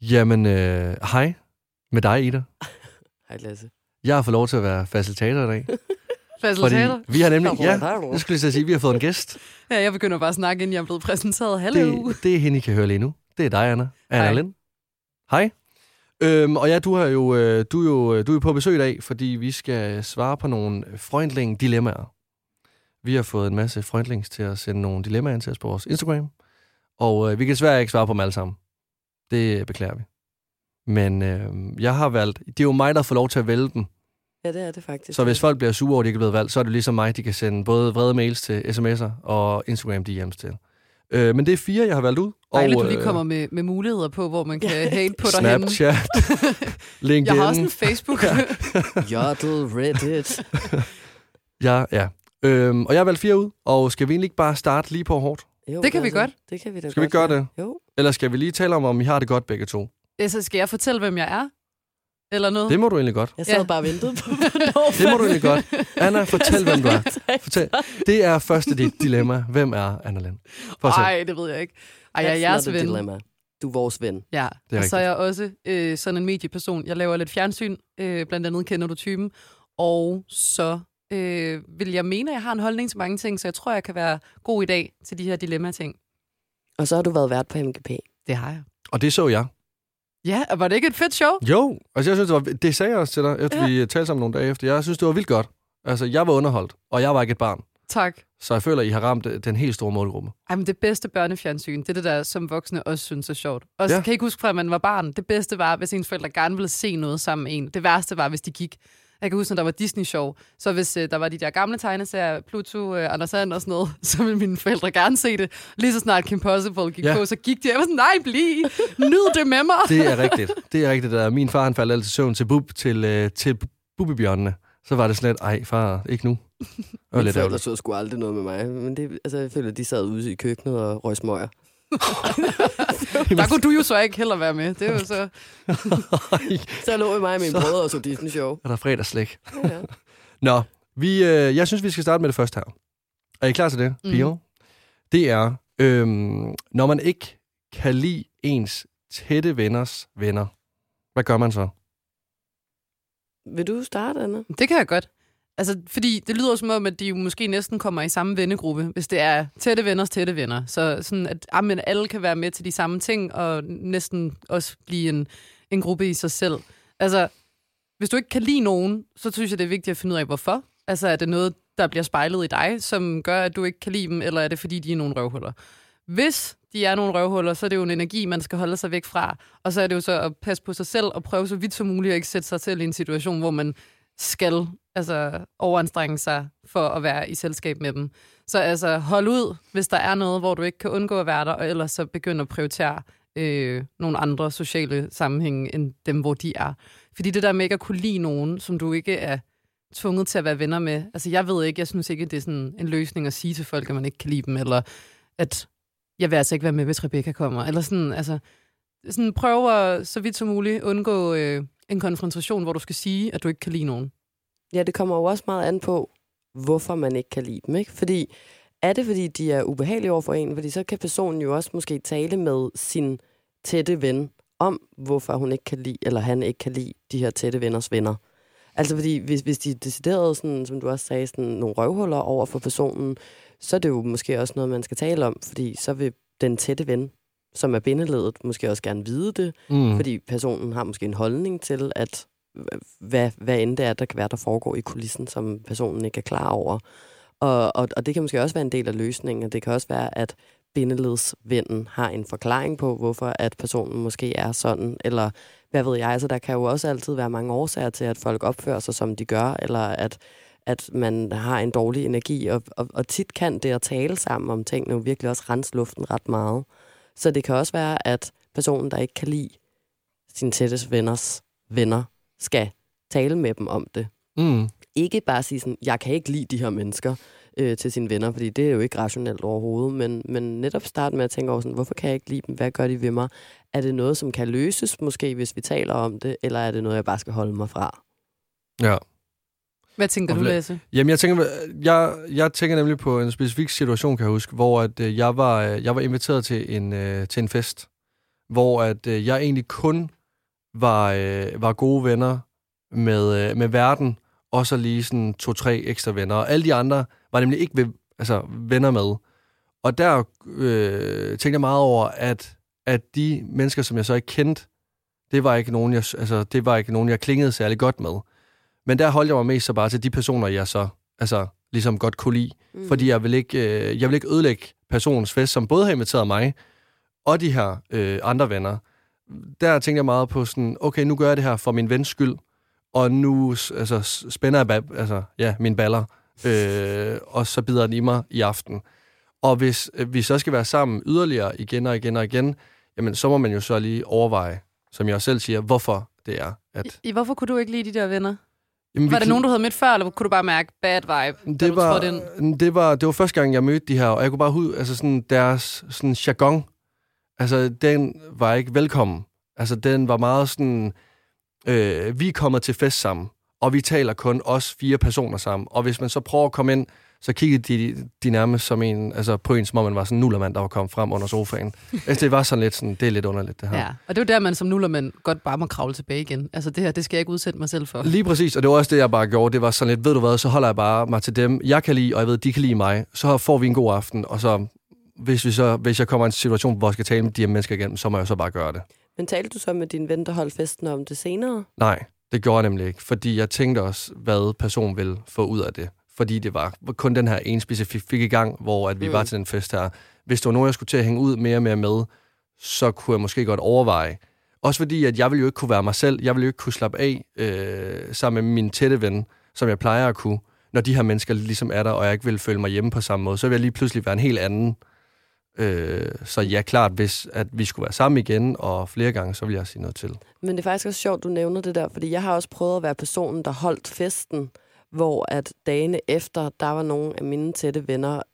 Jamen, hej med dig, Ida. Hej, Lasse. Jeg har fået lov til at være facilitator i dag. Facilitator? Fordi vi har nemlig, jeg skulle lige sige, vi har fået en gæst. Ja, jeg begynder bare at snakke, inden jeg er blevet præsenteret. Hallo. Det er hende, I kan høre lige nu. Det er dig, Anna. Anna Lind. Hej. Og ja, du er jo på besøg i dag, fordi vi skal svare på nogle Freundling-dilemmaer. Vi har fået en masse Freundlings til at sende nogle dilemmaer ind til os på vores Instagram. Og vi kan desværre ikke svare på dem alle sammen. Det beklager vi. Men jeg har valgt... Det er jo mig, der får lov til at vælge dem. Ja, det er det faktisk. Så hvis folk bliver sure over, at de ikke er blevet valgt, så er det ligesom mig, de kan sende både vrede mails til sms'er og Instagram DM's til. Men det er 4, jeg har valgt ud. Dejligt, du lige kommer med muligheder på, hvor man kan hate på dig henne. Snapchat, LinkedIn. Jeg har også en Facebook. Jodel, Reddit. Ja. Og jeg har valgt 4 ud, og skal vi egentlig ikke bare starte lige på hårdt? Jo, det kan vi godt. Det kan vi da skal vi gøre det? Jo. Eller skal vi lige tale om I har det godt begge to? Så skal jeg fortælle, hvem jeg er? Eller noget? Det må du egentlig godt. Jeg sad bare og ventede på det må du egentlig godt. Anna, fortæl, hvem du er. Fortæl. Det er første dit dilemma. Hvem er Anna Lind? Nej, det ved jeg ikke. Ej, jeg er jeres ven. Dilemma. Du er vores ven. Ja, og så er jeg også sådan en medieperson. Jeg laver lidt fjernsyn, blandt andet Kender du typen. Og så vil jeg mene, at jeg har en holdning til mange ting, så jeg tror, jeg kan være god i dag til de her dilemma-ting. Og så har du været vært på MGP. Det har jeg. Og det så jeg. Ja, var det ikke et fedt show? Jo, altså jeg synes, det sagde jeg også til dig, efter vi talte sammen nogle dage efter. Jeg synes, det var vildt godt. Altså, jeg var underholdt, og jeg var ikke et barn. Tak. Så jeg føler, I har ramt den helt store målgruppe. Jamen, det bedste børnefjernsyn, det er det der, som voksne også synes er sjovt. Og så kan jeg ikke huske fra, at man var barn. Det bedste var, hvis ens forældre gerne ville se noget sammen med en. Det værste var, hvis de gik. Jeg kan huske, når der var Disney-show, så hvis der var de der gamle tegneserier, Pluto, Anders Sand og sådan noget, så ville mine forældre gerne se det. Lige så snart Kim Possible gik på, så gik de. Jeg var sådan, nej, bliv! Nyd det med mig! Det er rigtigt. Der. Min far han faldt altid søvn til Bubbebjørnene. Så var det sådan lidt, ej far, ikke nu. Mine forældre så sgu aldrig noget med mig. Men det, altså, jeg føler, de sad ude i køkkenet og røg smøger. Der kunne du jo så ikke heller være med. Det er jo så... Så lå jeg mig og mine brødre og så Disney-show. Og der er fredagslæg. Ja. Nå, jeg synes, vi skal starte med det første her. Er I klar til det, piger? Det er, når man ikke kan lide ens tætte venners venner, hvad gør man så? Vil du starte, Anna? Det kan jeg godt. Altså, fordi det lyder som om, at de måske næsten kommer i samme vennegruppe, hvis det er tætte venners tætte venner. Så sådan, at alle kan være med til de samme ting, og næsten også blive en gruppe i sig selv. Altså, hvis du ikke kan lide nogen, så synes jeg, det er vigtigt at finde ud af, hvorfor. Altså, er det noget, der bliver spejlet i dig, som gør, at du ikke kan lide dem, eller er det, fordi de er nogle røvhuller? Hvis de er nogle røvhuller, så er det jo en energi, man skal holde sig væk fra. Og så er det jo så at passe på sig selv og prøve så vidt som muligt at ikke sætte sig selv i en situation, hvor man skal overanstrenge sig for at være i selskab med dem. Så altså hold ud, hvis der er noget, hvor du ikke kan undgå at være der, og ellers så begynd at prioritere nogle andre sociale sammenhænge end dem, hvor de er. Fordi det der med ikke at kunne lide nogen, som du ikke er tvunget til at være venner med. Altså jeg ved ikke, jeg synes ikke, det er sådan en løsning at sige til folk, at man ikke kan lide dem, eller at jeg vil altså ikke være med, hvis Rebecca kommer. Eller sådan, altså sådan prøv at så vidt som muligt undgå en konfrontation, hvor du skal sige, at du ikke kan lide nogen. Ja, det kommer jo også meget an på, hvorfor man ikke kan lide dem, ikke? Fordi, er det fordi, de er ubehagelige over for en? Fordi så kan personen jo også måske tale med sin tætte ven om, hvorfor hun ikke kan lide, eller han ikke kan lide de her tætte venners venner. Altså fordi, hvis de er decideret, sådan, som du også sagde, sådan nogle røvhuller over for personen, så er det jo måske også noget, man skal tale om, fordi så vil den tætte ven, som er bindeledet, måske også gerne vide det, fordi personen har måske en holdning til, at hvad end det er, der kan være, der foregår i kulissen, som personen ikke er klar over. Og det kan måske også være en del af løsningen, og det kan også være, at bindeledsvennen har en forklaring på, hvorfor at personen måske er sådan, eller hvad ved jeg, altså der kan jo også altid være mange årsager til, at folk opfører sig, som de gør, eller at man har en dårlig energi, og tit kan det at tale sammen om tingene jo virkelig også rense luften ret meget. Så det kan også være, at personen, der ikke kan lide sin tætteste venners venner, skal tale med dem om det. Ikke bare sige sådan, jeg kan ikke lide de her mennesker til sine venner, fordi det er jo ikke rationelt overhovedet, men netop starte med at tænke over sådan, hvorfor kan jeg ikke lide dem? Hvad gør de ved mig? Er det noget, som kan løses måske, hvis vi taler om det, eller er det noget, jeg bare skal holde mig fra? Ja. Hvad tænker du, Lasse? Jamen, jeg tænker nemlig på en specifik situation, kan jeg huske, hvor at, jeg var inviteret til en fest hvor at jeg egentlig kun var gode venner med verden, og så lige sådan 2-3 ekstra venner. Og alle de andre var nemlig ikke venner med. Og der tænkte jeg meget over, at de mennesker, som jeg så ikke kendte, det var ikke nogen, jeg klingede særlig godt med. Men der holdt jeg mig mest så bare til de personer, jeg så ligesom godt kunne lide. Fordi jeg vil ikke ødelægge personens fest, som både har inviteret mig og de her andre venner. Der tænkte jeg meget på sådan, okay, nu gør jeg det her for min vens skyld, og nu spænder jeg mine baller, og så bider den i mig i aften. Og hvis vi så skal være sammen yderligere igen og igen og igen, jamen så må man jo så lige overveje, som jeg selv siger, hvorfor det er. Hvorfor kunne du ikke lide de der venner? Jamen, var det nogen, du havde mødt før, eller kunne du bare mærke bad vibe? Det var første gang, jeg mødte de her, og jeg kunne bare deres sådan jargon, den var ikke velkommen. Den var meget sådan, vi er kommet til fest sammen, og vi taler kun os 4 personer sammen. Og hvis man så prøver at komme ind, så kiggede de nærmest som på en, som om man var sådan en nullermand, der var kommet frem under sofaen. Det var sådan lidt sådan, det er lidt underligt, det her. Ja, og det er jo der, man som nullermand godt bare må kravle tilbage igen. Det her, det skal jeg ikke udsætte mig selv for. Lige præcis, og det var også det, jeg bare gjorde. Det var sådan lidt, ved du hvad, så holder jeg bare mig til dem, jeg kan lide, og jeg ved, de kan lide mig. Så får vi en god aften, og så hvis jeg kommer i en situation, hvor jeg skal tale med de her mennesker igen, så må jeg så bare gøre det. Men talte du så med din ven, der holdt festen om det senere? Nej, det gjorde jeg nemlig ikke, fordi jeg tænkte også, hvad personen ville få ud af det. Fordi det var kun den her ene specifikke gang, hvor at vi var til den fest her. Hvis det var nogen, jeg skulle til at hænge ud mere og mere med, så kunne jeg måske godt overveje. Også fordi, at jeg ville jo ikke kunne være mig selv. Jeg ville jo ikke kunne slappe af sammen med min tætte ven, som jeg plejer at kunne, når de her mennesker ligesom er der, og jeg ikke vil føle mig hjemme på samme måde. Så vil jeg lige pludselig være en helt anden. Så ja, klart, hvis at vi skulle være sammen igen, og flere gange, så vil jeg sige noget til. Men det er faktisk også sjovt, du nævner det der, fordi jeg har også prøvet at være personen, der holdt festen, hvor at dagene efter, der var nogle af mine tætte venner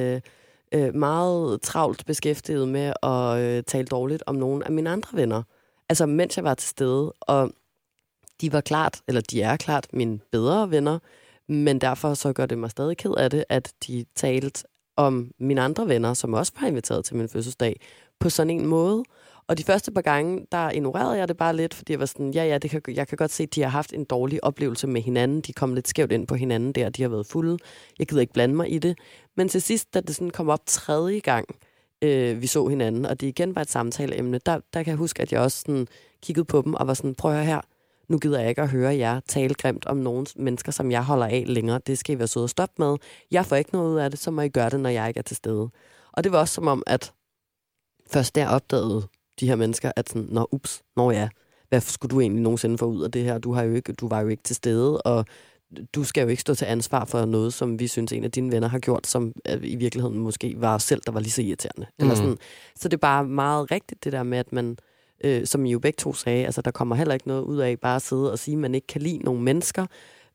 meget travlt beskæftiget med at tale dårligt om nogle af mine andre venner. Mens jeg var til stede, og de er klart mine bedre venner, men derfor så gør det mig stadig ked af det, at de talte om mine andre venner, som også var inviteret til min fødselsdag, på sådan en måde. Og de første par gange, der ignorerede jeg det bare lidt, fordi jeg var sådan, jeg kan godt se, at de har haft en dårlig oplevelse med hinanden. De kom lidt skævt ind på hinanden der, de har været fulde. Jeg gider ikke blande mig i det. Men til sidst, da det sådan kom op 3. gang, vi så hinanden, og det igen var et samtaleemne, der kan jeg huske, at jeg også sådan kiggede på dem og var sådan, prøv at høre her, nu gider jeg ikke at høre jer tale grimt om nogle mennesker, som jeg holder af længere. Det skal I være søde og stoppe med. Jeg får ikke noget ud af det, så må I gøre det, når jeg ikke er til stede. Og det var også som om, at først der opdagede de her mennesker, at sådan, hvad skulle du egentlig nogensinde få ud af det her? Du var jo ikke til stede, og du skal jo ikke stå til ansvar for noget, som vi synes, en af dine venner har gjort, som i virkeligheden måske var os selv, der var lige så irriterende. Eller sådan. Så det er bare meget rigtigt, det der med, at man, som I jo begge to sagde, der kommer heller ikke noget ud af bare at sidde og sige, at man ikke kan lide nogle mennesker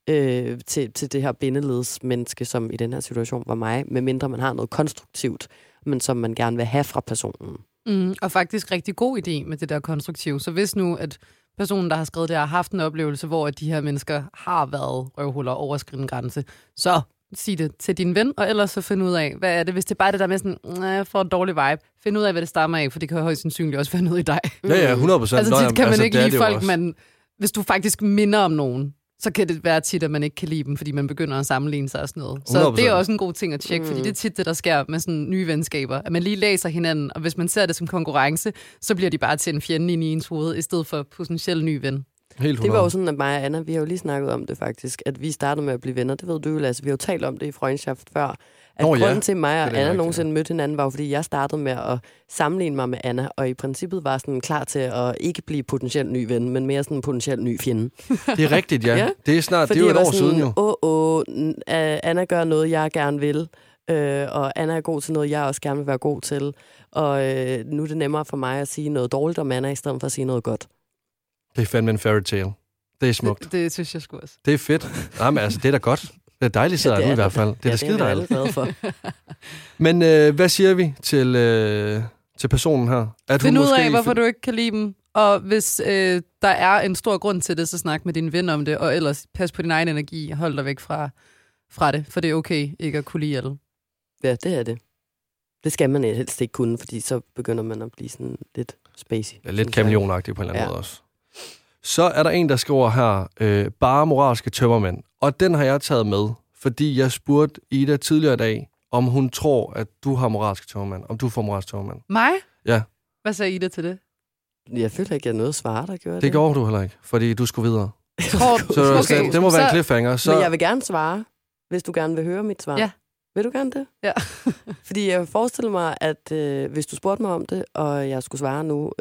til det her bindeledsmenneske, som i den her situation var mig, medmindre man har noget konstruktivt, men som man gerne vil have fra personen. Og faktisk rigtig god idé med det der konstruktiv. Så hvis nu, at personen, der har skrevet det, har haft en oplevelse, hvor de her mennesker har været røvhuller overskridende grænse, så sig det til din ven, og ellers så find ud af, hvad er det, hvis det er bare det der med sådan, jeg får en dårlig vibe, find ud af, hvad det stammer af, for det kan højst sandsynligt også være noget i dig. Ja, 100%. Tit kan man ikke lide folk, men hvis du faktisk minder om nogen, så kan det være tit, at man ikke kan lide dem, fordi man begynder at sammenligne sig og sådan noget. Så 100%. Det er også en god ting at tjekke, fordi det er tit det, der sker med sådan nye venskaber. At man lige læser hinanden, og hvis man ser det som konkurrence, så bliver de bare til en fjende ind i ens hoved, i stedet for potentiel ny ven. Det var jo sådan, at mig og Anna, vi har jo lige snakket om det faktisk, at vi startede med at blive venner. Det ved du jo, Lasse. Vi har jo talt om det i Freundschaft før. At grunden til mig og Anna nogensinde mødte hinanden, var jo, fordi jeg startede med at sammenligne mig med Anna, og i princippet var sådan klar til at ikke blive potentielt ny ven, men mere sådan en potentielt ny fjende. Det er rigtigt, ja. Det er snart, fordi det er jo et år siden jo. Anna gør noget, jeg gerne vil, og Anna er god til noget, jeg også gerne vil være god til, og nu er det nemmere for mig at sige noget dårligt om Anna, i stedet for at sige noget godt. Det er fandme en fairytale. Det er smukt. Det synes jeg sgu også. Det er fedt. Jamen, det er da godt. Det er dejligt, sidder nu i hvert fald. Det er da skide dejligt. Det er jeg glad for. Men hvad siger vi til personen her? Find ud af, hvorfor du ikke kan lide dem. Og hvis der er en stor grund til det, så snak med din ven om det. Og ellers pas på din egen energi. Hold dig væk fra det. For det er okay ikke at kunne lide alle. Ja, det er det. Det skal man helst ikke kunne, fordi så begynder man at blive sådan lidt spacey. Ja, lidt kameleonagtig på en eller anden måde også. Så er der en, der skriver her, bare moralske tømmermænd. Og den har jeg taget med, fordi jeg spurgte Ida tidligere i dag, om hun tror, at du har moralske tømmermænd. Om du får moralske tømmermænd. Mig? Ja. Hvad sagde Ida til det? Jeg føler ikke, jeg har noget at svare, der gjorde det. Det gjorde du heller ikke, fordi du skulle videre. Så okay. Det må være en cliffhanger. Så... Men jeg vil gerne svare, hvis du gerne vil høre mit svar. Ja. Vil du gerne det? Ja. Fordi jeg forestiller mig, at hvis du spurgte mig om det, og jeg skulle svare nu,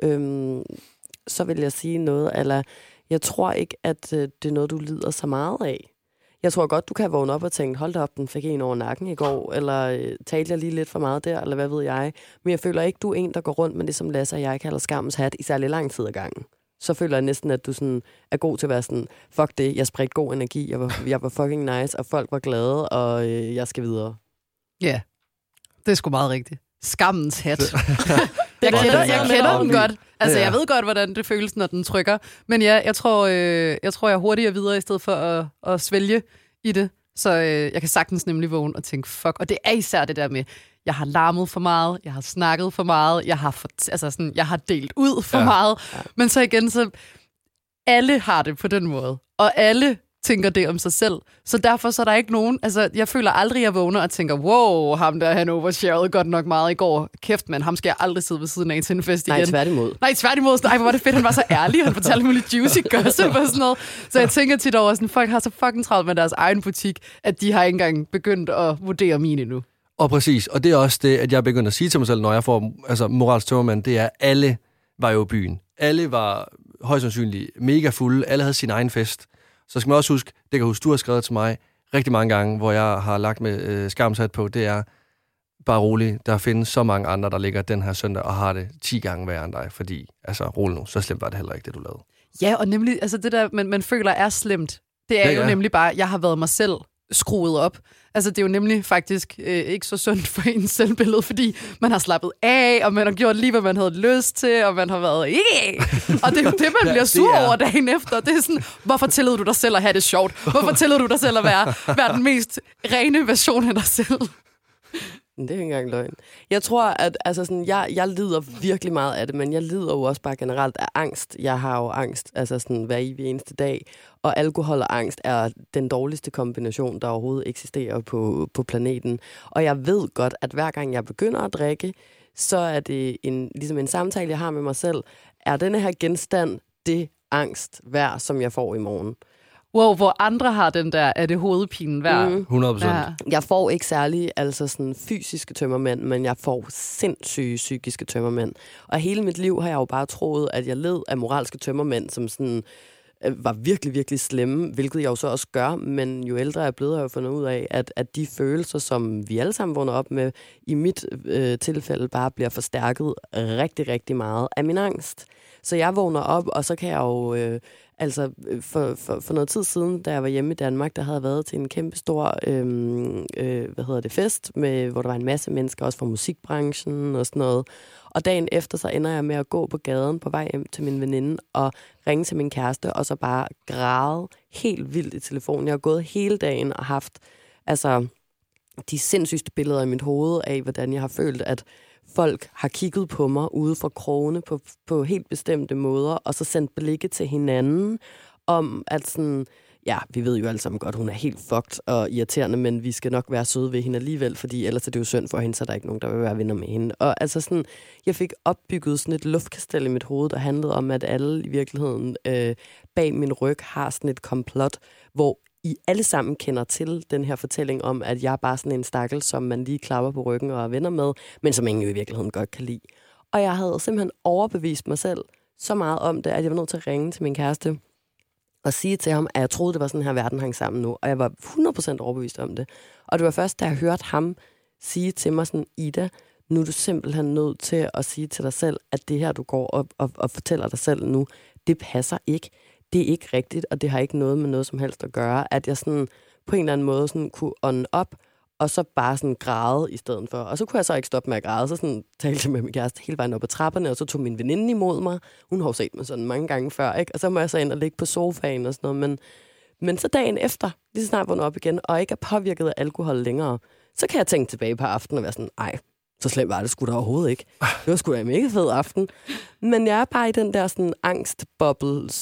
så vil jeg sige noget, eller jeg tror ikke, at det er noget, du lider så meget af. Jeg tror godt, du kan vågne op og tænke, hold da op, den fik en over nakken i går, eller talte jeg lige lidt for meget der, eller hvad ved jeg. Men jeg føler ikke, du er en, der går rundt med det, som Lasse og jeg kalder skammens hat, i særlig lang tid ad gangen. Så føler jeg næsten, at du sådan er god til at være sådan, fuck det, jeg spredte god energi, jeg var fucking nice, og folk var glade, og jeg skal videre. Ja, det er sgu meget rigtigt. Skammens hat. Jeg kender den godt. Altså, jeg ved godt, hvordan det føles, når den trykker. Men ja, jeg tror, jeg hurtigere videre, i stedet for at svælge i det. Så jeg kan sagtens nemlig vågne og tænke, fuck. Og det er især det der med, jeg har larmet for meget, jeg har snakket for meget, jeg har delt ud for meget. Ja. Men så igen, så alle har det på den måde. Og alle tænker det om sig selv. Så derfor så er der ikke nogen... Altså, jeg føler aldrig, jeg vågner og tænker, wow, ham der, han oversharede godt nok meget i går. Kæft, man, ham skal jeg aldrig sidde ved siden af til en fest igen. Nej, tværtimod. Nej, hvor var det fedt, han var så ærlig. Han fortalte mig lidt juicy gossip og sådan noget. Så jeg tænker tit over, sådan, folk har så fucking travlt med deres egen butik, at de har ikke engang begyndt at vurdere mine endnu. Og præcis, og det er også det, at jeg begynder at sige til mig selv, når jeg får moralsk tømmermand, det er, at alle var jo i byen. Alle var højst sandsynligt mega fulde. Alle havde sin egen fest. Så skal man også huske, det kan huske, du har skrevet til mig rigtig mange gange, hvor jeg har lagt med skamsat på, det er bare rolig. Der findes så mange andre, der ligger den her søndag og har det 10 gange værre end dig, fordi, altså, rolig nu, så slemt var det heller ikke, det du lavede. Ja, og nemlig, altså det der, man føler er slemt, det er jo nemlig bare, jeg har været mig selv skruet op. Altså, det er jo nemlig faktisk ikke så sundt for ens selvbillede, fordi man har slappet af, og man har gjort lige, hvad man havde lyst til, og man har været og det er jo det, man bliver sur over dagen efter. Det er sådan, hvorfor tillod du dig selv at have det sjovt? Hvorfor tillod du dig selv at være den mest rene version af dig selv? Det er ikke engang løgn. Jeg tror, at altså sådan, jeg lider virkelig meget af det, men jeg lider jo også bare generelt af angst. Jeg har jo angst altså sådan, hver eneste dag, og alkohol og angst er den dårligste kombination, der overhovedet eksisterer på planeten. Og jeg ved godt, at hver gang jeg begynder at drikke, så er det ligesom en samtale, jeg har med mig selv. Er denne her genstand det angst værd, som jeg får i morgen? Wow, hvor andre har den der, er det hovedpinen værd? 100%. Ja. Jeg får ikke særlig altså sådan fysiske tømmermænd, men jeg får sindssyge psykiske tømmermænd. Og hele mit liv har jeg jo bare troet, at jeg led af moralske tømmermænd, som sådan var virkelig, virkelig slemme, hvilket jeg jo så også gør, men jo ældre jeg er blevet, har jeg jo fundet ud af, at de følelser, som vi alle sammen vågner op med, i mit tilfælde bare bliver forstærket rigtig, rigtig meget af min angst. Så jeg vågner op, og så kan jeg jo... For noget tid siden, da jeg var hjemme i Danmark, der havde jeg været til en kæmpe stor fest, hvor der var en masse mennesker, også fra musikbranchen og sådan noget. Og dagen efter, så ender jeg med at gå på gaden på vej hjem til min veninde og ringe til min kæreste, og så bare græde helt vildt i telefonen. Jeg har gået hele dagen og haft de sindssygste billeder i mit hoved af, hvordan jeg har følt, at folk har kigget på mig ude fra krogene på helt bestemte måder, og så sendt blikke til hinanden om, at sådan, ja, vi ved jo alle sammen godt, hun er helt fucked og irriterende, men vi skal nok være søde ved hende alligevel, fordi ellers er det jo synd for hende, så der er ikke nogen, der vil være venner med hende. Og altså sådan, jeg fik opbygget sådan et luftkastel i mit hoved, der handlede om, at alle i virkeligheden bag min ryg har sådan et komplot, hvor I alle sammen kender til den her fortælling om, at jeg er bare sådan en stakkel, som man lige klapper på ryggen og er venner med, men som ingen jo i virkeligheden godt kan lide. Og jeg havde simpelthen overbevist mig selv så meget om det, at jeg var nødt til at ringe til min kæreste og sige til ham, at jeg troede, det var sådan her, verden hang sammen nu. Og jeg var 100% overbevist om det. Og det var først, da jeg hørte ham sige til mig sådan, Ida, nu er du simpelthen nødt til at sige til dig selv, at det her, du går og fortæller dig selv nu, det passer ikke. Det er ikke rigtigt, og det har ikke noget med noget som helst at gøre, at jeg sådan på en eller anden måde sådan kunne ånde op, og så bare sådan græde i stedet for. Og så kunne jeg så ikke stoppe med at græde, så sådan talte jeg med min kæreste hele vejen op ad trapperne, og så tog min veninde imod mig. Hun har jo set mig sådan mange gange før, ikke? Og så må jeg så ind og ligge på sofaen og sådan noget. Men så dagen efter, lige så snart vågner op igen, og ikke er påvirket af alkohol længere, så kan jeg tænke tilbage på aftenen og være sådan, ej, Så slemt var det sgu da overhovedet ikke. Det var sgu da en mega fed aften. Men jeg er bare i den der sådan angstboble,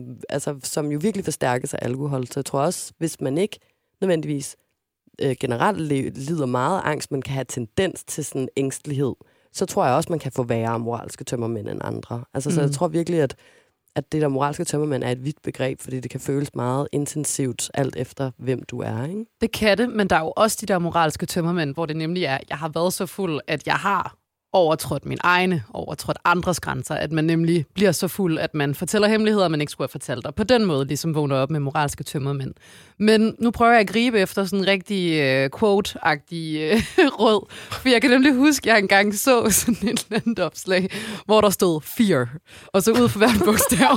som jo virkelig forstærkes af alkohol. Så jeg tror også, hvis man ikke nødvendigvis generelt lider meget af angst, man kan have tendens til sådan ængstelighed, så tror jeg også, man kan få værre moralske tømmermænd end andre. Altså, så jeg tror virkelig, at det der moralske tømmermænd er et vidt begreb, fordi det kan føles meget intensivt, alt efter hvem du er, ikke? Det kan det, men der er jo også de der moralske tømmermænd, hvor det nemlig er, jeg har været så fuld, at jeg har overtrådt mine egne, overtrådt andres grænser, at man nemlig bliver så fuld, at man fortæller hemmeligheder, man ikke skulle have fortalt, og på den måde ligesom vågner op med moralske tømmermænd. Men nu prøver jeg at gribe efter sådan en rigtig quote-agtig råd, for jeg kan nemlig huske, at jeg engang så sådan et eller andet opslag, hvor der stod fear, og så ud for hver bogstav,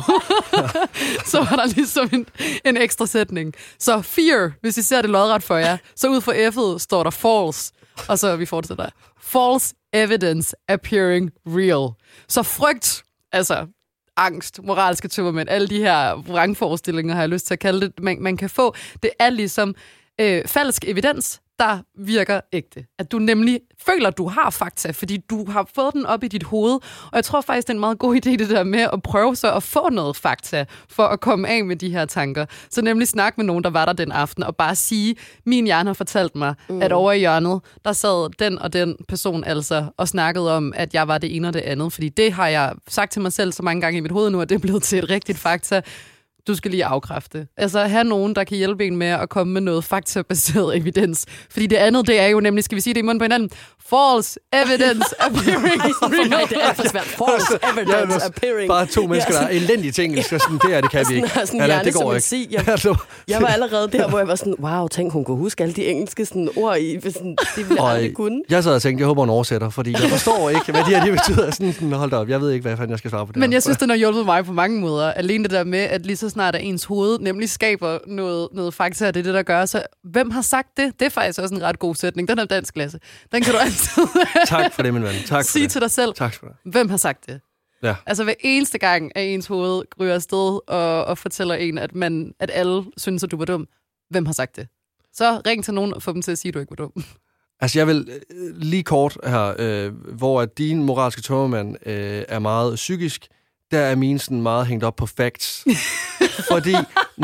så var der ligesom en ekstra sætning. Så fear, hvis I ser det lodret for jer, så ud for F'et står der false, og så vi fortsætter. False evidence appearing real. Så frygt, altså angst, moralske tømmermænd, alle de her vrangforestillinger, har jeg lyst til at kalde det, man kan få, det er ligesom falsk evidens, der virker ægte. At du nemlig føler, at du har fakta, fordi du har fået den op i dit hoved. Og jeg tror faktisk, det er en meget god idé, det der med at prøve så at få noget fakta, for at komme af med de her tanker. Så nemlig snakke med nogen, der var der den aften, og bare sige, min hjerne har fortalt mig, at over i hjørnet, der sad den og den person altså, og snakkede om, at jeg var det ene og det andet. Fordi det har jeg sagt til mig selv så mange gange i mit hoved nu, at det er blevet til et rigtigt fakta. Du skal lige afkræfte. Altså have nogen, der kan hjælpe en med at komme med noget faktabaseret evidens. Fordi det andet, det er jo nemlig, skal vi sige det i munden på hinanden, false evidence appearing real. Det er for svært. False evidence appearing. Bare to mennesker, der er elendige ting. Det kan vi ikke. Det går ikke. Jeg var allerede der, hvor jeg var sådan, wow, tænk, hun kunne huske alle de engelske sådan, ord i. Sådan, det ville jeg aldrig kunne. Jeg sad og tænkte, jeg håber, hun oversætter, fordi jeg forstår ikke, hvad de her betyder. Sådan, hold da op, jeg ved ikke, hvad fanden jeg skal svare på det. Men jeg synes, den har hjulpet mig på mange måder. Alene det der med, at lige så snart ens hoved nemlig skaber noget fakta, det er det, der gør. Så hvem har sagt det? Det er faktisk også en ret god sætning. Den er dansk klasse. Den kan du altid tak for det, min ven. Tak for sige det. Til dig selv. Tak for det. Hvem har sagt det? Ja. Altså hver eneste gang, at ens hoved ryger afsted og fortæller en, at alle synes, at du var dum. Hvem har sagt det? Så ring til nogen og få dem til at sige, at du ikke var dum. Altså jeg vil lige kort her, hvor din moralske tømmermand er meget psykisk, der er mine sådan meget hængt op på facts. Fordi,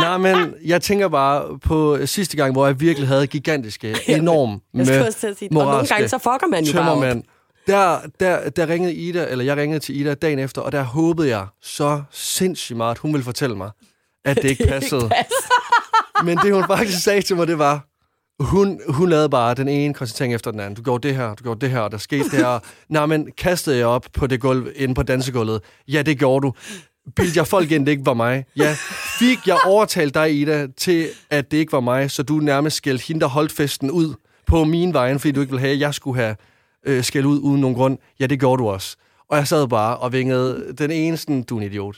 jeg tænker bare på sidste gang, hvor jeg virkelig havde gigantiske, enorme moralske og nogle gange så fucker man jo tømmermand. Der ringede Ida, eller jeg ringede til Ida dagen efter, og der håbede jeg så sindssygt meget, at hun ville fortælle mig, at det ikke passede. Men det hun faktisk sagde til mig, det var, hun lavede bare den ene konstatering efter den anden. Du gjorde det her, og der skete det her. Kastede jeg op på det gulv, inde på dansegulvet? Ja, det gjorde du. Bildte jeg folk ind, det ikke var mig? Ja. Fik jeg overtalt dig, Ida, til at det ikke var mig, så du nærmest skældte hende, der holdt festen ud på min vejen, fordi du ikke ville have, at jeg skulle have skældt ud uden nogen grund? Ja, det gjorde du også. Og jeg sad bare og vingede den ene sådan, du er en idiot.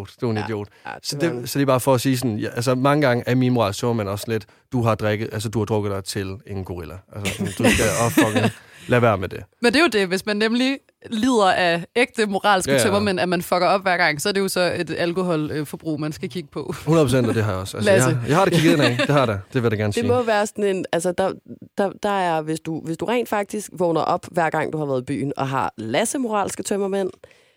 Ja, så det er bare for at sige sådan, altså mange gange er min moral så man også lidt, du har drukket dig til en gorilla. Altså du skal lad være med det. Men det er jo det, hvis man nemlig lider af ægte moralske tømmermænd, at man fucker op hver gang, så er det jo så et alkoholforbrug, man skal kigge på. 100% af det har jeg også. Altså, jeg har det kigget ind af. Det har det. Det vil jeg gerne sige. Det må være sådan en, altså der er, hvis du rent faktisk vågner op hver gang, du har været i byen, og har Lasse moralske tømmermænd,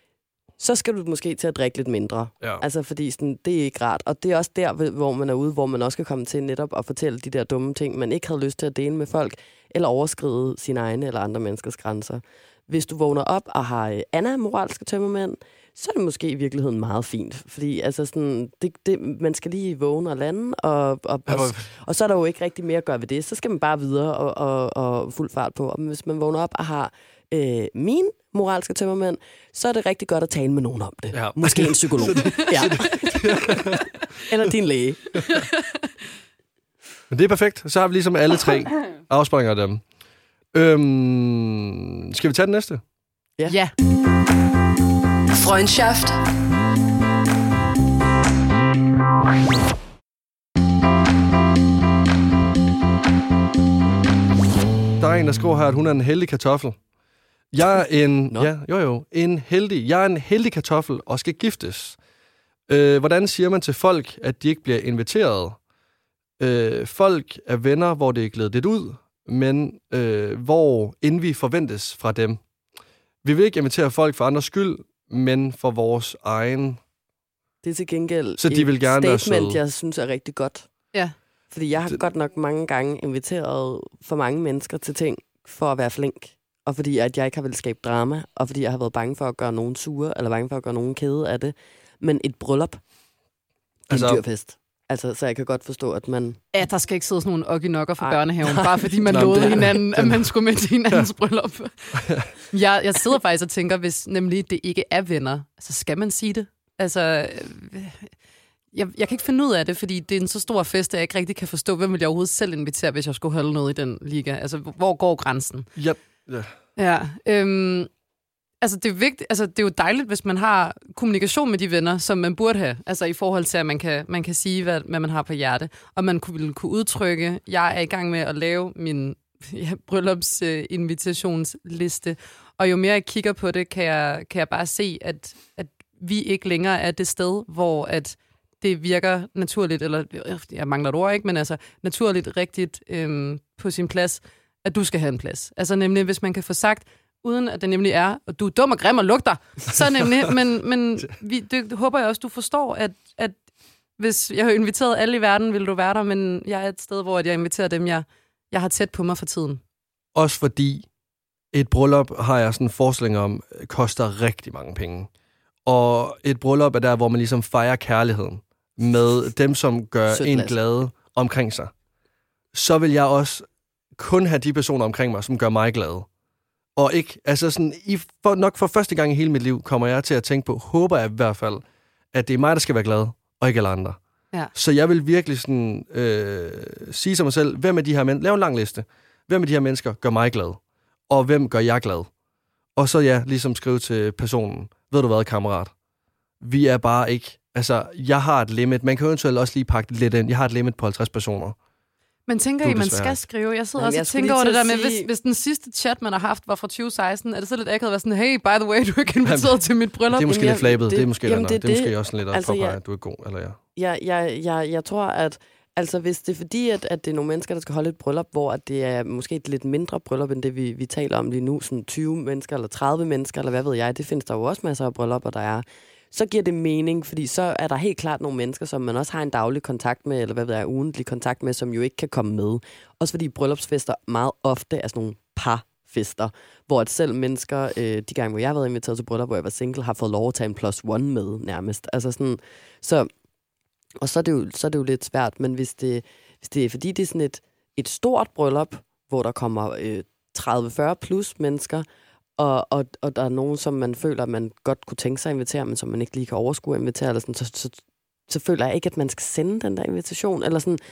så skal du måske til at drikke lidt mindre. Ja. Altså, fordi sådan, det er ikke rart. Og det er også der, hvor man er ude, hvor man også kan komme til netop at fortælle de der dumme ting, man ikke havde lyst til at dele med folk, eller overskride sine egne eller andre menneskers grænser. Hvis du vågner op og har Anna moralske tømmermænd, så er det måske i virkeligheden meget fint. Fordi altså sådan, man skal lige vågne og lande, og så er der jo ikke rigtig mere at gøre ved det. Så skal man bare videre og fuld fart på. Og hvis man vågner op og har min moralske tømmermænd, så er det rigtig godt at tale med nogen om det. Ja. Måske en psykolog. Ja. Eller din læge. Men det er perfekt. Så har vi ligesom alle tre afsprænger af dem. Skal vi tage den næste? Ja. Freundschaft. Der er en, der skriver her, at hun er en heldig kartoffel. Jeg er en heldig kartoffel og skal giftes. Hvordan siger man til folk, at de ikke bliver inviteret? Folk er venner, hvor det er glædet lidt ud. men hvor envy forventes fra dem. Vi vil ikke invitere folk for andres skyld, men for vores egen. Det er til gengæld så de vil gerne være statement, jeg synes er rigtig godt. Ja. Fordi jeg har godt nok mange gange inviteret for mange mennesker til ting for at være flink. Og fordi at jeg ikke har vel skabe drama, og fordi jeg har været bange for at gøre nogen sure, eller bange for at gøre nogen kede af det. Men et bryllup, det er en dyr fest. Altså, så jeg kan godt forstå, at man... Ja, der skal ikke sidde sådan nogle oggy-nokker fra børnehaven, bare fordi man lovede hinanden, at man skulle med til hinandens bryllup. Jeg sidder faktisk og tænker, hvis nemlig det ikke er venner, så skal man sige det. Altså, jeg kan ikke finde ud af det, fordi det er en så stor fest, at jeg ikke rigtig kan forstå, hvem vil jeg overhovedet selv invitere, hvis jeg skulle holde noget i den liga. Altså, hvor går grænsen? Ja. Altså, det er vigtigt, altså, det er jo dejligt, hvis man har kommunikation med de venner, som man burde have. Altså, i forhold til, at man kan sige, hvad man har på hjerte. Og man ville kunne udtrykke, jeg er i gang med at lave min bryllupsinvitationsliste. Og jo mere jeg kigger på det, kan jeg bare se, at vi ikke længere er det sted, hvor at det virker naturligt, eller jeg mangler et ord, ikke, men altså naturligt rigtigt på sin plads, at du skal have en plads. Altså nemlig, hvis man kan få sagt, uden at det nemlig er, og du er dum og grim og lugter, så nemlig, men det håber jeg også, du forstår, at hvis jeg har inviteret alle i verden, vil du være der, men jeg er et sted, hvor jeg inviterer dem, jeg har tæt på mig for tiden. Også fordi et bryllup, har jeg sådan en forestilling om, koster rigtig mange penge. Og et bryllup er der, hvor man ligesom fejrer kærligheden med dem, som gør en glad omkring sig. Så vil jeg også kun have de personer omkring mig, som gør mig glad. Og ikke, altså sådan, nok for første gang i hele mit liv, kommer jeg til at tænke på, håber jeg i hvert fald, at det er mig, der skal være glad, og ikke alle andre. Ja. Så jeg vil virkelig sådan, sige til mig selv, hvem af de her mennesker, lav en lang liste, hvem af de her mennesker gør mig glad, og hvem gør jeg glad. Og så ligesom skrive til personen, ved du hvad, kammerat, vi er bare ikke, altså, jeg har et limit, man kan eventuelt også lige pakke det lidt ind, jeg har et limit på 50 personer. Men tænker I, man skal skrive? Jeg sidder også og tænker over det der med, hvis den sidste chat, man har haft, var fra 2016, er det så lidt akavet at være sådan, hey, by the way, du er ikke inviteret til mit bryllup? Det er måske lidt flabet, det er måske det er måske også lidt at påpege, at du er god, eller Jeg tror, at altså, hvis det er fordi, at det er nogle mennesker, der skal holde et bryllup, hvor at det er måske et lidt mindre bryllup, end det vi taler om lige nu, sådan 20 mennesker eller 30 mennesker, eller hvad ved jeg, det findes der jo også masser af bryllupper, der er. Så giver det mening, fordi så er der helt klart nogle mennesker, som man også har en daglig kontakt med, eller hvad ved jeg, ugentlig kontakt med, som jo ikke kan komme med. Også fordi bryllupsfester meget ofte er sådan nogle parfester, hvor at selv mennesker, de gange, hvor jeg har været inviteret til bryllup, hvor jeg var single, har fået lov at tage en +1 med nærmest. Altså sådan, og så er det jo lidt svært, men hvis det er fordi, det er sådan et stort bryllup, hvor der kommer 30-40 plus mennesker, og der er nogen, som man føler, at man godt kunne tænke sig at invitere, men som man ikke lige kan overskue at invitere, eller sådan, så føler jeg ikke, at man skal sende den der invitation, eller sådan,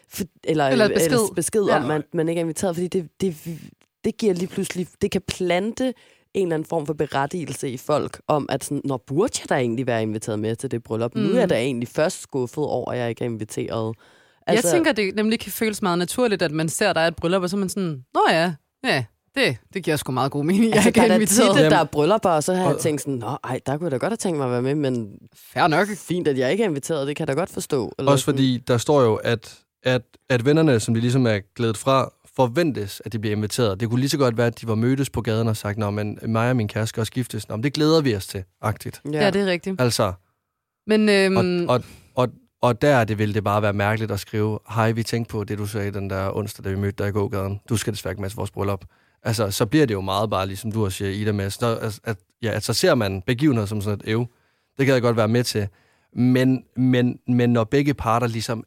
eller besked om, at man ikke er inviteret, fordi det giver lige pludselig, det kan plante en eller anden form for berettigelse i folk, om at sådan, når burde jeg da egentlig være inviteret med til det bryllup? Nu er jeg da egentlig først skuffet over, at jeg ikke er inviteret. Altså, jeg tænker, det nemlig kan føles meget naturligt, at man ser, der er et bryllup, og så er man sådan, nå ja, det giver sgu meget god mening. Altså, jeg er inviteret. Der er bryllupper, og så har jeg tænkt sådan, der kunne jeg da godt have tænkt mig at være med, men fair nok. Fint, at jeg ikke er inviteret, det kan jeg da godt forstå. Eller også fordi, der står jo, at vennerne, som de ligesom er glædet fra, forventes, at de bliver inviteret. Det kunne lige så godt være, at de var mødtes på gaden og sagt, men mig og min kæreste skal også giftes. Nå, men det glæder vi os til, agtigt. Ja, det er rigtigt. Altså, men, og der vil det bare være mærkeligt at skrive, hej, vi tænkte på det, du sagde den der onsdag, da vi mødte dig i gågaden. Du skal desværre ikke med til vores bryllup. Altså, så bliver det jo meget bare, ligesom du også siger, Ida, med, så ser man begivenheder som sådan et det kan jeg godt være med til. Men når begge parter ligesom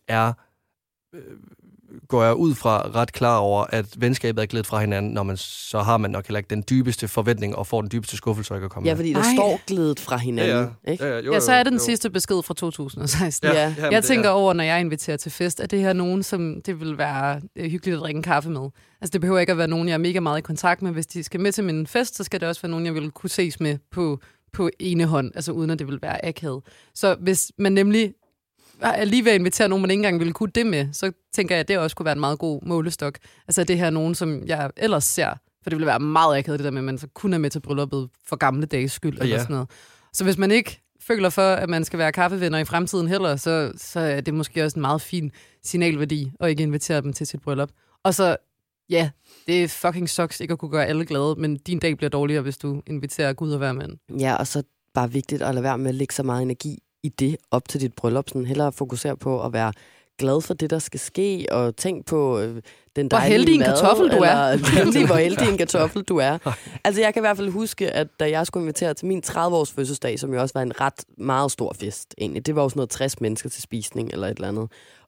går jeg ud fra ret klar over, at venskabet er glædet fra hinanden, så har man nok heller ikke den dybeste forventning og får den dybeste skuffelse, at ikke komme med. Ja, fordi der står glædet fra hinanden. Ikke? Ja, så er det den sidste besked fra 2016. Ja. Jeg tænker over, når jeg inviterer til fest, at det her nogen, som det vil være hyggeligt at drikke en kaffe med. Altså, det behøver ikke at være nogen, jeg er mega meget i kontakt med. Hvis de skal med til min fest, så skal det også være nogen, jeg vil kunne ses med på ene hånd, altså uden at det vil være akavet. Så hvis man nemlig er lige ved at invitere nogen, man ikke engang ville kunne det med, så tænker jeg, at det også kunne være en meget god målestok. Altså det her er nogen, som jeg ellers ser, for det ville være meget akavet det der med, at man så kun er med til brylluppet for gamle dages skyld, eller sådan noget. Så hvis man ikke føler for, at man skal være kaffevenner i fremtiden heller, så er det måske også en meget fin signalværdi, at ikke invitere dem til sit bryllup. Og så Ja, det er fucking sucks ikke at kunne gøre alle glade, men din dag bliver dårligere, hvis du inviterer Gud og hver mand. Ja, og så bare vigtigt at lade være med at lægge så meget energi i det op til dit bryllup. Sådan hellere fokusere på at være glad for det, der skal ske, og tænk på den dejlige hvor heldig mad, en kartoffel du er. Hvor heldig en kartoffel du er. Altså, jeg kan i hvert fald huske, at da jeg skulle invitere til min 30-års fødselsdag, som jo også var en ret meget stor fest, egentlig. Det var jo sådan noget 60 mennesker til spisning, eller et eller andet.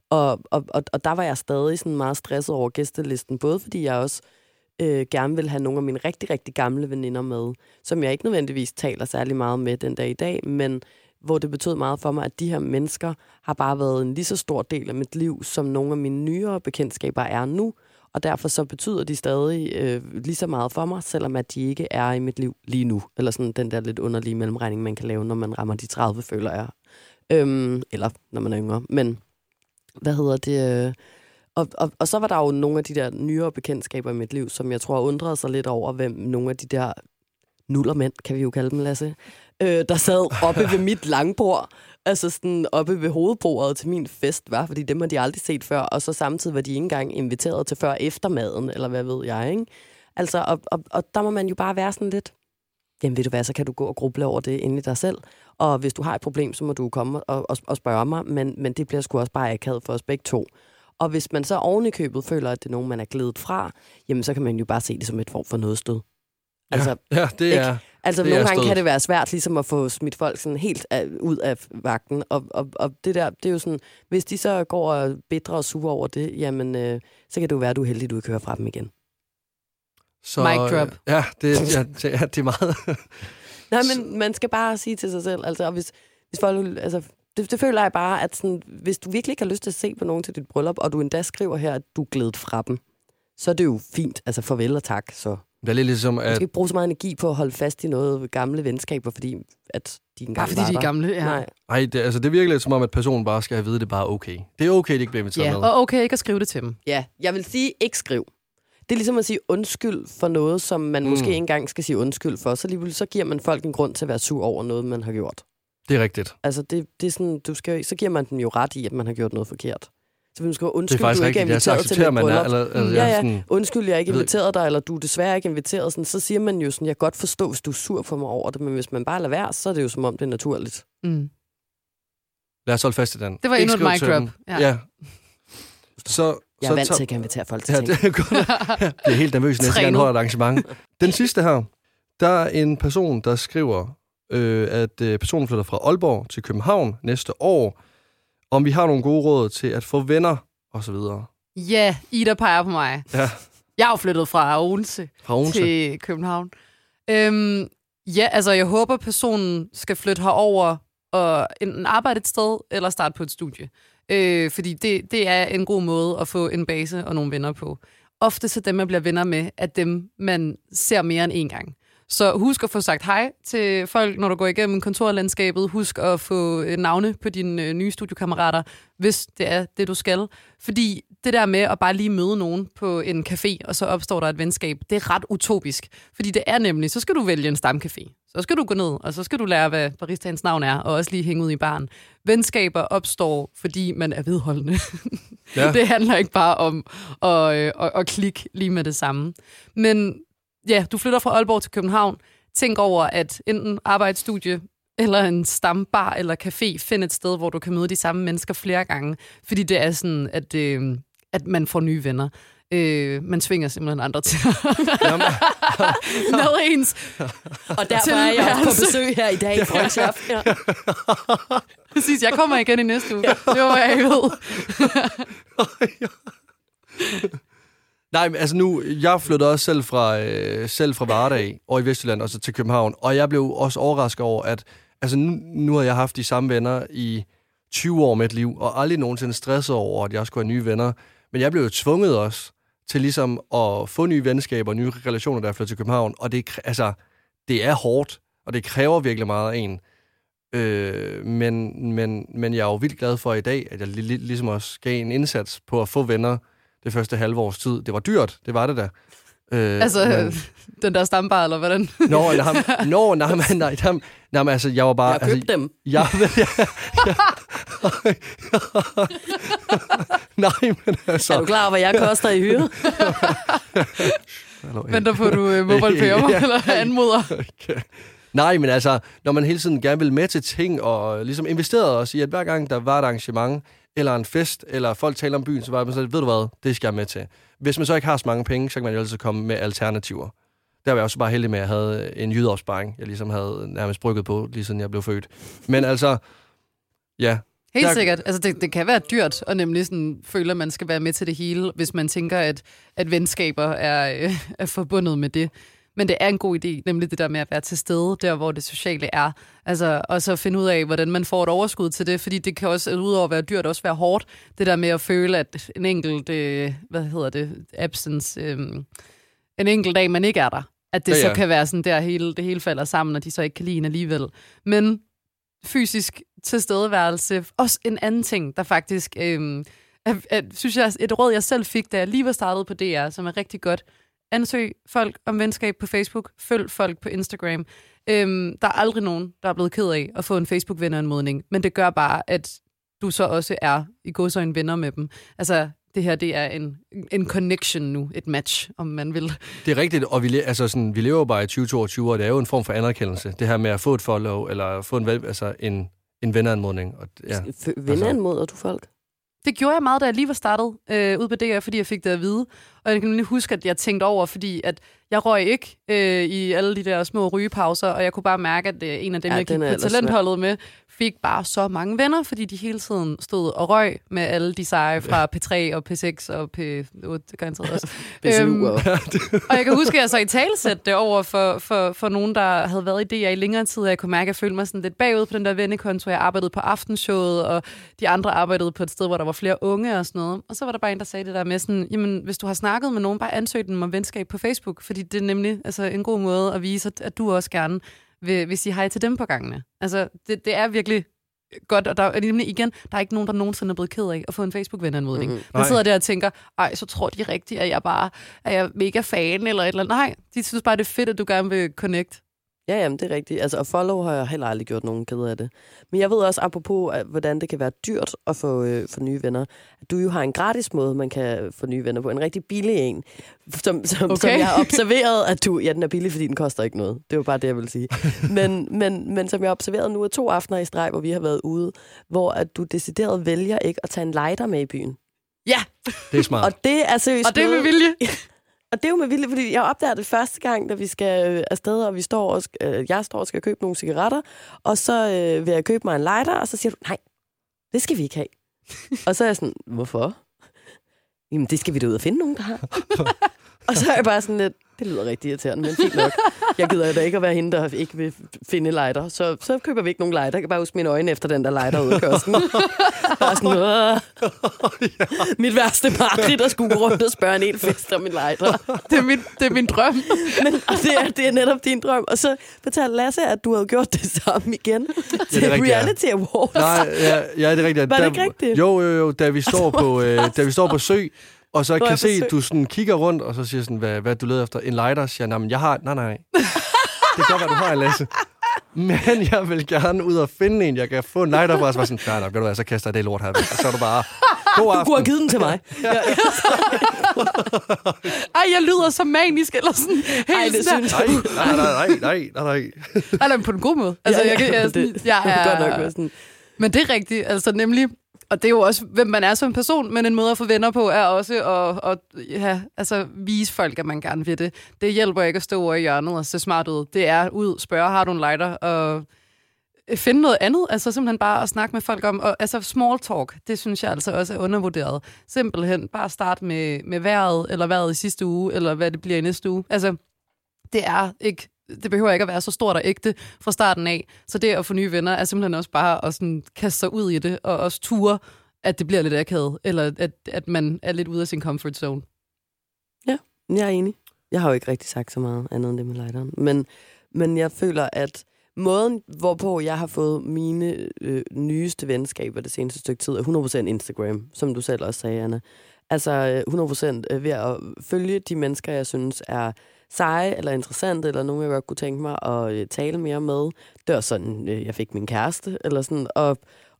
Og der var jeg stadig sådan meget stresset over gæstelisten, både fordi jeg også gerne vil have nogle af mine rigtig, rigtig gamle veninder med, som jeg ikke nødvendigvis taler særlig meget med den dag i dag, men hvor det betød meget for mig, at de her mennesker har bare været en lige så stor del af mit liv, som nogle af mine nyere bekendtskaber er nu, og derfor så betyder de stadig lige så meget for mig, selvom at de ikke er i mit liv lige nu. Eller sådan den der lidt underlige mellemregning, man kan lave, når man rammer de 30, føler jeg. Eller når man er yngre. Men hvad hedder det? Og så var der jo nogle af de der nyere bekendtskaber i mit liv, som jeg tror undrede sig lidt over, hvem nogle af de der nullermænd, kan vi jo kalde dem, Lasse, der sad oppe ved mit langbord, altså sådan oppe ved hovedbordet til min fest, var, fordi dem har de aldrig set før, og så samtidig var de ikke engang inviteret til før eftermaden, eller hvad ved jeg, ikke? Altså, og der må man jo bare være sådan lidt, jamen ved du hvad, så kan du gå og gruble over det inde i dig selv, og hvis du har et problem, så må du komme og spørge mig, men det bliver sgu også bare akavet for os begge to. Og hvis man så oven i købet føler, at det er nogen, man er glædet fra, jamen så kan man jo bare se det som et form for nødstød. Altså, ja, det er... Altså, det nogle er gange kan det være svært ligesom at få smidt folk sådan helt ud af vagten. Og det der, det er jo sådan, hvis de så går og bitre og sure over det, jamen, så kan det jo være, at du er heldig, at du ikke hører fra dem igen. Så, mic drop. Ja, det er meget... Nej, men man skal bare sige til sig selv, altså, og hvis folk... Altså, det føler jeg bare, at sådan, hvis du virkelig ikke har lyst til at se på nogen til dit bryllup, og du endda skriver her, at du er glædet fra dem, så er det jo fint. Altså, farvel og tak, så... Det er lidt ligesom, at... Du skal ikke bruge så meget energi på at holde fast i noget gamle venskaber, fordi at de engang bare fordi de er gamle, ja. Nej, det virker lidt som om, at personen bare skal have vide, at det bare er okay. Det er okay, det ikke bliver inviteret med. Ja, og okay ikke at skrive det til dem. Ja, jeg vil sige, ikke skriv. Det er ligesom at sige undskyld for noget, som man måske ikke engang skal sige undskyld for. Så alligevel så giver man folk en grund til at være sur over noget, man har gjort. Det er rigtigt. Altså, det er sådan, så giver man dem jo ret i, at man har gjort noget forkert. Så vi skal undskyld, du ikke er inviteret til mit bryllup. Undskyld, jeg er ikke inviteret dig, eller du er desværre ikke inviteret. Sådan, så siger man jo sådan, jeg kan godt forstå, hvis du er sur for mig over det, men hvis man bare lader være, så er det jo som om, det er naturligt. Mm. Lad os holde fast i den. Det var endnu et mic drop. Ja. Jeg er vant til at invitere folk til ting. Det er godt. Jeg er helt nervøs næste gang, jeg holder et arrangement. Den sidste her, der er en person, der skriver, at personen flytter fra Aalborg til København næste år, om vi har nogle gode råd til at få venner, og så videre. Ja, Ida peger på mig. Ja. Jeg er jo flyttet fra Odense til København. Ja, altså jeg håber, personen skal flytte herover og enten arbejde et sted, eller starte på et studie. Fordi det er en god måde at få en base og nogle venner på. Ofte så dem, man bliver venner med, er dem, man ser mere end en gang. Så husk at få sagt hej til folk, når du går igennem kontorlandskabet. Husk at få navne på dine nye studiekammerater, hvis det er det, du skal. Fordi det der med at bare lige møde nogen på en café, og så opstår der et venskab, det er ret utopisk. Fordi det er nemlig, så skal du vælge en stamcafé. Så skal du gå ned, og så skal du lære, hvad baristaens navn er, og også lige hænge ud i baren. Venskaber opstår, fordi man er vedholdende. Ja. Det handler ikke bare om at klikke lige med det samme. Men ja, du flytter fra Aalborg til København. Tænk over, at enten arbejdsstudie, eller en stambar eller café, find et sted, hvor du kan møde de samme mennesker flere gange. Fordi det er sådan, at man får nye venner. Man tvinger simpelthen andre til noget ens. Og derfor er jeg også på besøg her i dag i Frønschaft. Ja. Præcis, jeg kommer igen i næste uge. Det var jeg ikke ved. Nej, men altså nu, jeg flyttede også selv fra Vardag og i Vestjylland og så til København, og jeg blev også overrasket over, at altså nu har jeg haft de samme venner i 20 år med et liv, og aldrig nogensinde stresset over, at jeg skulle have nye venner. Men jeg blev jo tvunget også til ligesom at få nye venskaber og nye relationer, der er flyttet til København, og det er hårdt, og det kræver virkelig meget af en. Men jeg er jo vildt glad for i dag, at jeg ligesom også gav en indsats på at få venner det første halve års tid. Det var dyrt, det var det da. Den der stambar, eller hvordan? Nej, altså, jeg var bare... Jeg købte dem. Nej, men altså... Er du klar over, hvad jeg koster i hyre? Venter på, at du mobile mig, eller anmoder. Okay. Nej, men altså, når man hele tiden gerne vil med til ting, og ligesom investerede også i, at hver gang der var et arrangement, eller en fest, eller folk taler om byen, så var man sådan, ved du hvad, det skal jeg med til. Hvis man så ikke har så mange penge, så kan man jo altid komme med alternativer. Der var jeg også bare heldig med, at jeg havde en jydeopsparing, jeg ligesom havde nærmest brygget på, lige siden jeg blev født. Men altså, ja. Helt sikkert. Altså, det kan være dyrt, og nemlig sådan, føler, at man skal være med til det hele, hvis man tænker, at venskaber er forbundet med det. Men det er en god idé, nemlig det der med at være til stede, der hvor det sociale er. Altså, og så finde ud af, hvordan man får et overskud til det, fordi det kan også, udover at være dyrt, også være hårdt. Det der med at føle, at en enkelt, absence, en enkelt dag, man ikke er der. At det så kan være sådan, det hele falder sammen, og de så ikke kan lide en alligevel. Men fysisk tilstedeværelse, også en anden ting, der faktisk, synes jeg, et råd, jeg selv fik, da jeg lige var startet på DR, som er rigtig godt. Ansøg folk om venskab på Facebook. Følg folk på Instagram. Der er aldrig nogen, der er blevet ked af at få en Facebook-venneranmodning, men det gør bare, at du så også er i gåseøjne venner med dem. Altså, det her, det er en connection nu, et match, om man vil. Det er rigtigt, og vi lever jo bare i 2022, og det er jo en form for anerkendelse. Det her med at få et follow, eller få en venneranmodning. Venneranmoder du folk? Det gjorde jeg meget, da jeg lige var startet ude på DR, fordi jeg fik det at vide. Og jeg kan nemlig huske, at jeg tænkte over, fordi at jeg røg ikke i alle de der små rygepauser, og jeg kunne bare mærke, at en af dem, jeg gik på talentholdet med, fik bare så mange venner, fordi de hele tiden stod og røg med alle de seje fra P3 og P6 og P8, det kan jeg også. Og jeg kan huske, at jeg så i talesæt det over for nogen, der havde været i DR i længere tid, og jeg kunne mærke, at jeg følte mig sådan lidt bagud på den der vennekonto. Jeg arbejdede på Aftenshowet, og de andre arbejdede på et sted, hvor der var flere unge og sådan noget. Og så var der bare en, der sagde det der med sådan, jamen, hvis du har snakket med nogen, bare ansøg dem om venskab på Facebook, fordi det er nemlig en god måde at vise, at du også gerne vil sige hej til dem på gangene. Altså, det er virkelig godt, og der er nemlig igen, der er ikke nogen, der nogensinde er blevet ked af at få en Facebook-venneranmodning. Man sidder der og tænker, så tror de rigtigt, at jeg mega fan, eller et eller andet. Nej, de synes bare, det er fedt, at du gerne vil connect. Ja, jamen, det er rigtigt. Altså, og follow har jeg heller aldrig gjort nogen ked af det. Men jeg ved også, apropos, hvordan det kan være dyrt at få nye venner, at du jo har en gratis måde, man kan få nye venner på. En rigtig billig en, som jeg har observeret, at den er billig, fordi den koster ikke noget. Det var bare det, jeg ville sige. Men som jeg har observeret nu, er 2 aftener i streg, hvor vi har været ude, hvor at du decideret vælger ikke at tage en lighter med i byen. Ja! Det er smart. Og det er seriøst. Og det er med vilje. Og det er jo med vilje, fordi jeg opdager det første gang, da vi skal afsted, og jeg står og skal købe nogle cigaretter, og så vil jeg købe mig en lighter, og så siger du, nej, det skal vi ikke have. Og så er jeg sådan, hvorfor? Jamen, det skal vi da ud og finde nogen, der har. Og så er jeg bare sådan lidt, det lyder rigtig irriterende, men fint nok. Jeg gider da ikke at være hende, der ikke vil finde lighter. Så køber vi ikke nogen lighter. Jeg kan bare huske mine øjne efter den der lighter-udkørslen. Der er sådan, mit værste mareridt, der skulle gå rundt og spørge en hel fest om en lighter. Det er min drøm. Men det er netop din drøm. Og så fortalte Lasse, at du havde gjort det samme igen til Reality Awards. Nej, ja, det er rigtigt. Var det ikke rigtigt? Jo, da vi står på Sø, og så kan se, at du sådan kigger rundt, og så siger sådan, hvad du leder efter? En lighter? Siger jeg, men jeg har... Nej. Det kan godt være, du har, Lasse. Men jeg vil gerne ud og finde en, jeg kan få en lighter fra. Så var sådan, nej, ved du hvad, så kaster jeg det lort her væk. Og så er du bare, god aften. Du kunne have givet den til mig. Ej, jeg lyder så manisk, eller sådan. Ej, det synes jeg. Nej. Nej, på den gode måde. Altså, jeg er godt nok sådan. Men det er rigtigt, altså nemlig... Og det er jo også, hvem man er som person, men en måde at få venner på er også at vise folk, at man gerne vil det. Det hjælper ikke at stå over i hjørnet og se smart ud. Det er ud, spørge, har du en lighter, og finde noget andet. Altså simpelthen bare at snakke med folk om, og altså small talk, det synes jeg altså også er undervurderet. Simpelthen bare starte med vejret, eller vejret i sidste uge, eller hvad det bliver i næste uge. Altså, det behøver ikke at være så stort og ægte fra starten af. Så det at få nye venner er simpelthen også bare at sådan kaste sig ud i det, og også ture, at det bliver lidt akavet, eller at man er lidt ude af sin comfort zone. Ja, jeg er enig. Jeg har jo ikke rigtig sagt så meget andet end det med lighteren. Men jeg føler, at måden, hvorpå jeg har fået mine nyeste venskaber det seneste stykke tid, er 100% Instagram, som du selv også sagde, Anna. Altså 100% ved at følge de mennesker, jeg synes er seje eller interessante, eller nogen, jeg godt kunne tænke mig at tale mere med. Det var sådan, jeg fik min kæreste, eller sådan,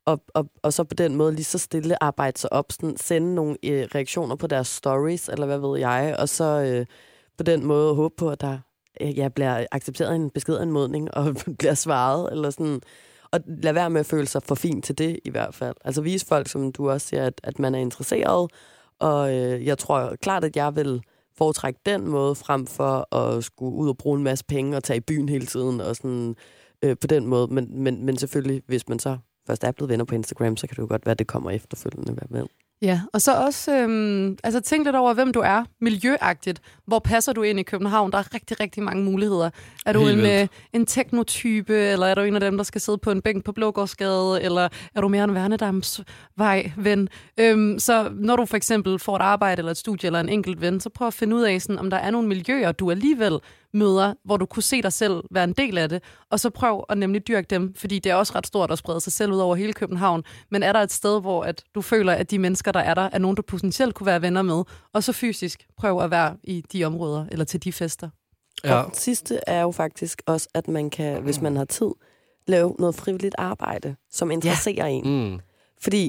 og så på den måde lige så stille arbejde sig op, sådan, sende nogle reaktioner på deres stories, eller hvad ved jeg, og så på den måde håbe på, at der bliver accepteret en beskedanmodning, og bliver svaret, eller sådan. Og lad være med at føle sig for fin til det, i hvert fald. Altså vise folk, som du også siger, at man er interesseret, og jeg tror klart, at jeg vil foretrække den måde, frem for at skulle ud og bruge en masse penge, og tage i byen hele tiden, og sådan på den måde. Men selvfølgelig, hvis man så først er blevet venner på Instagram, så kan det jo godt være, at det kommer efterfølgende, hvad med. Ja, og så også tænk lidt over, hvem du er, miljøagtigt. Hvor passer du ind i København? Der er rigtig, rigtig mange muligheder. Er du en teknotype, eller er du en af dem, der skal sidde på en bænk på Blågårdsgade, eller er du mere en Værnedamsvej-ven? Så når du for eksempel får et arbejde, eller et studie, eller en enkelt ven, så prøv at finde ud af, sådan, om der er nogle miljøer, du alligevel møder, hvor du kunne se dig selv være en del af det, og så prøv at nemlig dyrke dem, fordi det er også ret stort at sprede sig selv ud over hele København, men er der et sted, hvor at du føler, at de mennesker, der er nogen, du potentielt kunne være venner med, og så fysisk prøv at være i de områder, eller til de fester. Ja. Og det sidste er jo faktisk også, at man kan, hvis man har tid, lave noget frivilligt arbejde, som interesserer en. Mm. Fordi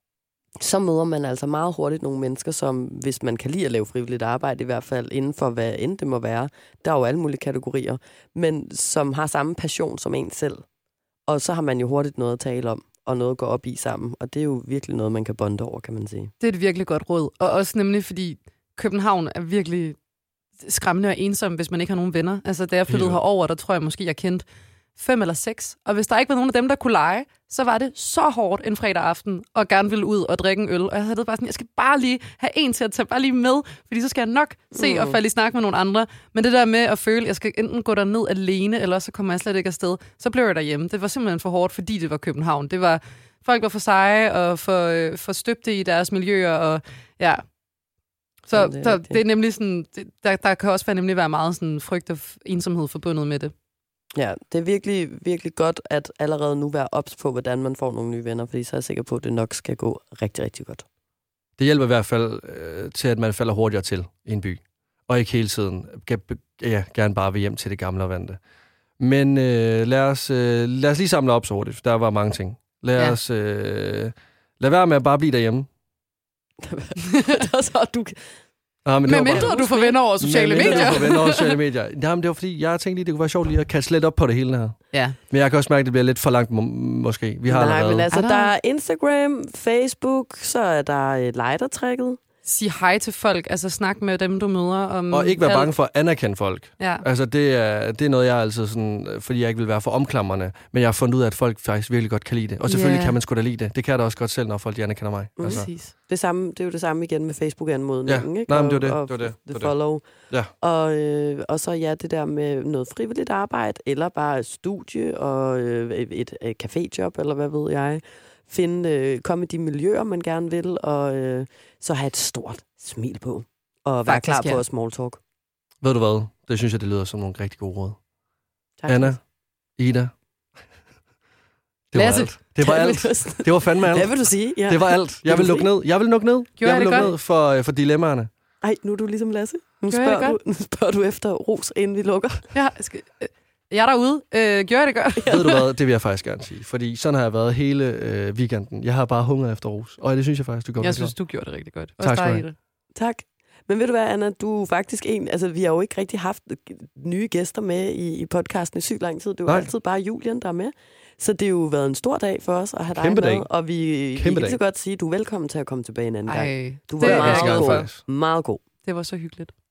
så møder man altså meget hurtigt nogle mennesker, som, hvis man kan lide at lave frivilligt arbejde, i hvert fald inden for hvad end det må være, der er jo alle mulige kategorier, men som har samme passion som en selv. Og så har man jo hurtigt noget at tale om, og noget at gå op i sammen. Og det er jo virkelig noget, man kan bonde over, kan man sige. Det er et virkelig godt råd. Og også nemlig, fordi København er virkelig skræmmende og ensom, hvis man ikke har nogen venner. Altså, da jeg flyttede herover, der tror jeg måske, jeg kendte 5 eller 6. Og hvis der ikke var nogen af dem, der kunne lege, så var det så hårdt en fredag aften, og gerne ville ud og drikke en øl. Og jeg havde det bare sådan, jeg skal bare lige have en til at tage bare lige med, fordi så skal jeg nok se og falde i snak med nogle andre. Men det der med at føle, at jeg skal enten gå derned alene, eller så kommer jeg slet ikke afsted, så blev jeg derhjemme. Det var simpelthen for hårdt, fordi det var København. Det var, folk var for seje og for støbte i deres miljøer, og ja. Så det er nemlig sådan, der kan også nemlig være meget sådan frygt og ensomhed forbundet med det. Ja, det er virkelig, virkelig godt at allerede nu være ops på, hvordan man får nogle nye venner, fordi så er jeg sikker på, at det nok skal gå rigtig, rigtig godt. Det hjælper i hvert fald til, at man falder hurtigere til i en by, og ikke hele tiden gerne bare vil hjem til det gamle og vante. Men lad os lige samle op så hurtigt, der var mange ting. Lad være med at bare blive derhjemme. Men mindre du får venner over sociale medier. Jamen, det var fordi, jeg tænkte lige, det kunne være sjovt lige at kaste lidt op på det hele her. Ja. Men jeg kan også mærke, at det bliver lidt for langt måske. Vi har allerede. Men altså, der er Instagram, Facebook, så er der lightertrækket. Sig hej til folk, altså snak med dem, du møder. Og ikke være bange for at anerkende folk. Ja. Altså, det er noget, jeg altid sådan, fordi jeg ikke vil være for omklamrende, men jeg har fundet ud af, at folk faktisk virkelig godt kan lide det. Og selvfølgelig kan man sgu da lide det. Det kan jeg da også godt selv, når folk anerkender mig. Altså. Præcis. Det er jo det samme igen med Facebook-anmodningen, ikke? Nej, men det var det. The follow. Ja. Og så det der med noget frivilligt arbejde, eller bare et studie og et caféjob, eller hvad ved jeg. Komme i de miljøer, man gerne vil, og så have et stort smil på, og være klar på at small talk. Ved du hvad? Det synes jeg, det lyder som nogle rigtig gode råd. Tak. Anna, Ida. Det var alt. Det var alt. Det var fandme alt. Hvad vil du sige? Ja. Det var alt. Jeg vil lukke ned. Jeg vil lukke ned for dilemmaerne. Ej, nu er du ligesom Lasse. Nu spørger du efter ros, inden vi lukker. Ja, jeg er derude. Gør jeg det godt? Ved du hvad? Det vil jeg faktisk gerne sige. Fordi sådan har jeg været hele weekenden. Jeg har bare hungret efter ros. Og det synes jeg faktisk, du gør. Jeg synes, du gjorde det rigtig godt. Tak skal du have. Tak. Men ved du hvad, Anna? Du er faktisk vi har jo ikke rigtig haft nye gæster med i podcasten i sygt lang tid. Det er jo altid bare Julian, der er med. Så det har jo været en stor dag for os at have dig med. Og vi kan lige så godt sige, at du er velkommen til at komme tilbage en anden gang. Du var meget god. Det var så hyggeligt.